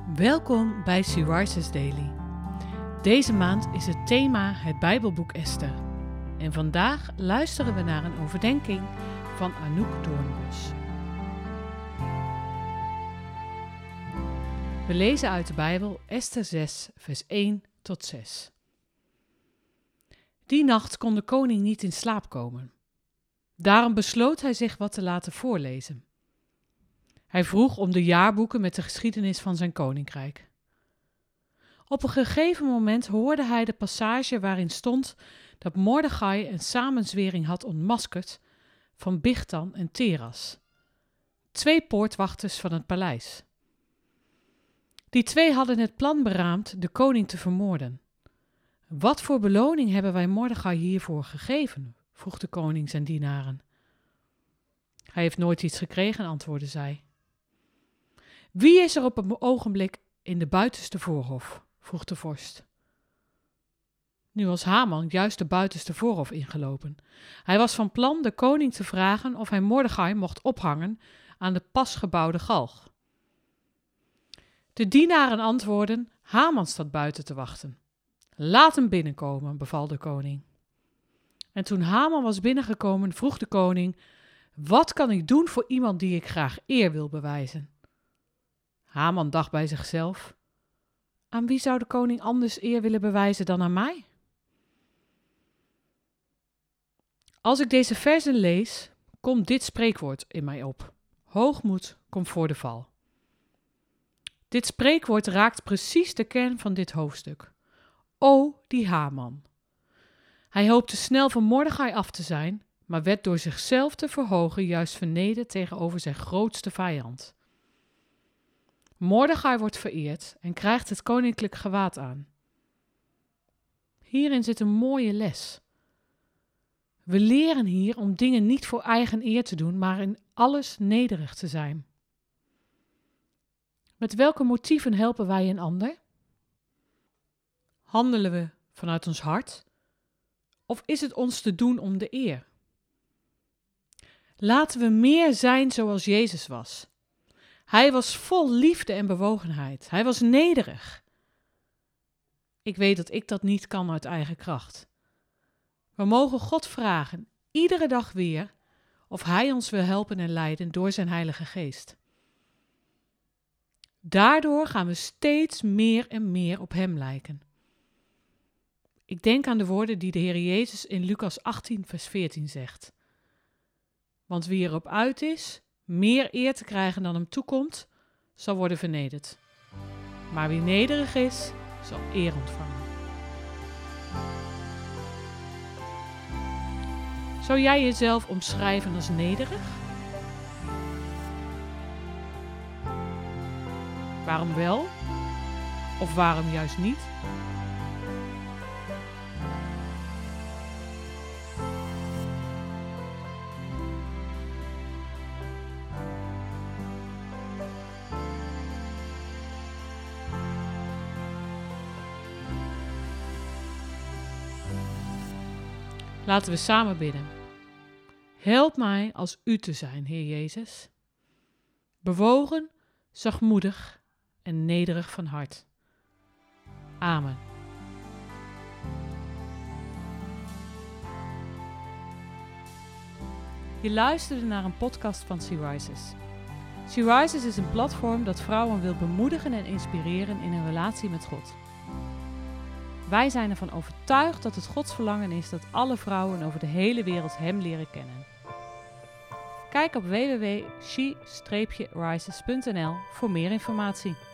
Welkom bij Syriza's Daily. Deze maand is het thema het Bijbelboek Esther. En vandaag luisteren we naar een overdenking van Anouk Doornbos. We lezen uit de Bijbel Esther 6, vers 1 tot 6. Die nacht kon de koning niet in slaap komen. Daarom besloot hij zich wat te laten voorlezen. Hij vroeg om de jaarboeken met de geschiedenis van zijn koninkrijk. Op een gegeven moment hoorde hij de passage waarin stond dat Mordechai een samenzwering had ontmaskerd van Bigtan en Teras, 2 poortwachters van het paleis. Die 2 hadden het plan beraamd de koning te vermoorden. Wat voor beloning hebben wij Mordechai hiervoor gegeven? Vroeg de koning zijn dienaren. Hij heeft nooit iets gekregen, antwoordde zij. Wie is er op het ogenblik in de buitenste voorhof? Vroeg de vorst. Nu was Haman juist de buitenste voorhof ingelopen. Hij was van plan de koning te vragen of hij Mordechai mocht ophangen aan de pas gebouwde galg. De dienaren antwoordden: Haman staat buiten te wachten. Laat hem binnenkomen, beval de koning. En toen Haman was binnengekomen, vroeg de koning: wat kan ik doen voor iemand die ik graag eer wil bewijzen? Haman dacht bij zichzelf: aan wie zou de koning anders eer willen bewijzen dan aan mij? Als ik deze verzen lees, komt dit spreekwoord in mij op. Hoogmoed komt voor de val. Dit spreekwoord raakt precies de kern van dit hoofdstuk. O, die Haman. Hij hoopte snel van Mordechai af te zijn, maar werd door zichzelf te verhogen juist vernederd tegenover zijn grootste vijand. Mordechai wordt vereerd en krijgt het koninklijk gewaad aan. Hierin zit een mooie les. We leren hier om dingen niet voor eigen eer te doen, maar in alles nederig te zijn. Met welke motieven helpen wij een ander? Handelen we vanuit ons hart? Of is het ons te doen om de eer? Laten we meer zijn zoals Jezus was. Hij was vol liefde en bewogenheid. Hij was nederig. Ik weet dat ik dat niet kan uit eigen kracht. We mogen God vragen, iedere dag weer, of Hij ons wil helpen en leiden door zijn Heilige Geest. Daardoor gaan we steeds meer en meer op Hem lijken. Ik denk aan de woorden die de Heer Jezus in Lucas 18, vers 14 zegt. Want wie erop uit is meer eer te krijgen dan hem toekomt, zal worden vernederd. Maar wie nederig is, zal eer ontvangen. Zou jij jezelf omschrijven als nederig? Waarom wel? Of waarom juist niet? Laten we samen bidden. Help mij als U te zijn, Heer Jezus. Bewogen, zachtmoedig en nederig van hart. Amen. Je luisterde naar een podcast van Syriza's. Syriza's is een platform dat vrouwen wil bemoedigen en inspireren in hun relatie met God. Wij zijn ervan overtuigd dat het Gods verlangen is dat alle vrouwen over de hele wereld Hem leren kennen. Kijk op www.she-rises.nl voor meer informatie.